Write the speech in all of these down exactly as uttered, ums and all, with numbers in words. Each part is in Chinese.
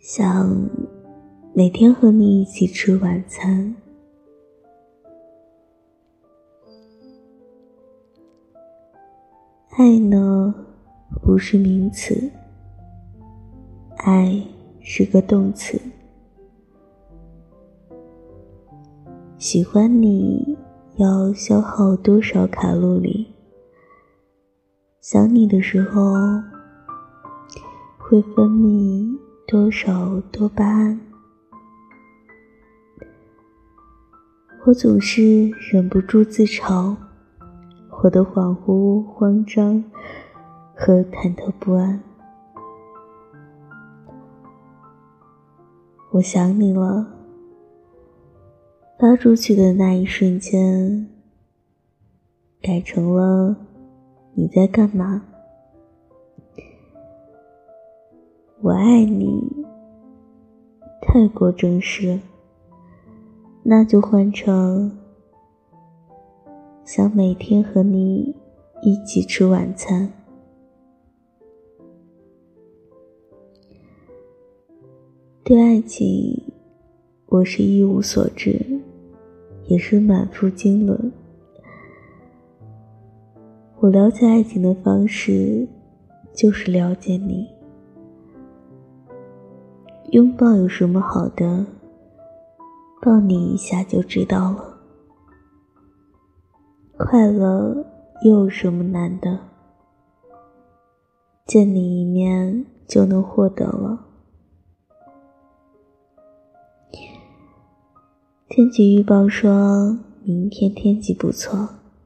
想每天和你一起吃晚餐。爱呢，不是名词，爱是个动词。喜欢你要消耗多少卡路里？想你的时候会分泌多少多巴胺？我总是忍不住自嘲，我的恍惚、慌张和忐忑不安。我想你了，发出去的那一瞬间，改成了你在干嘛？我爱你太过正式，那就换成想每天和你一起吃晚餐。对爱情，我是一无所知，也是满腹经纶。我了解爱情的方式，就是了解你。拥抱有什么好的？抱你一下就知道了。快乐又有什么难的？见你一面就能获得了。天气预报说明天天气不错，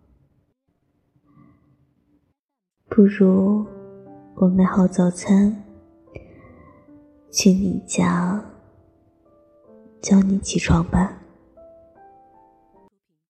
不如我买好早餐，去你家叫你起床吧。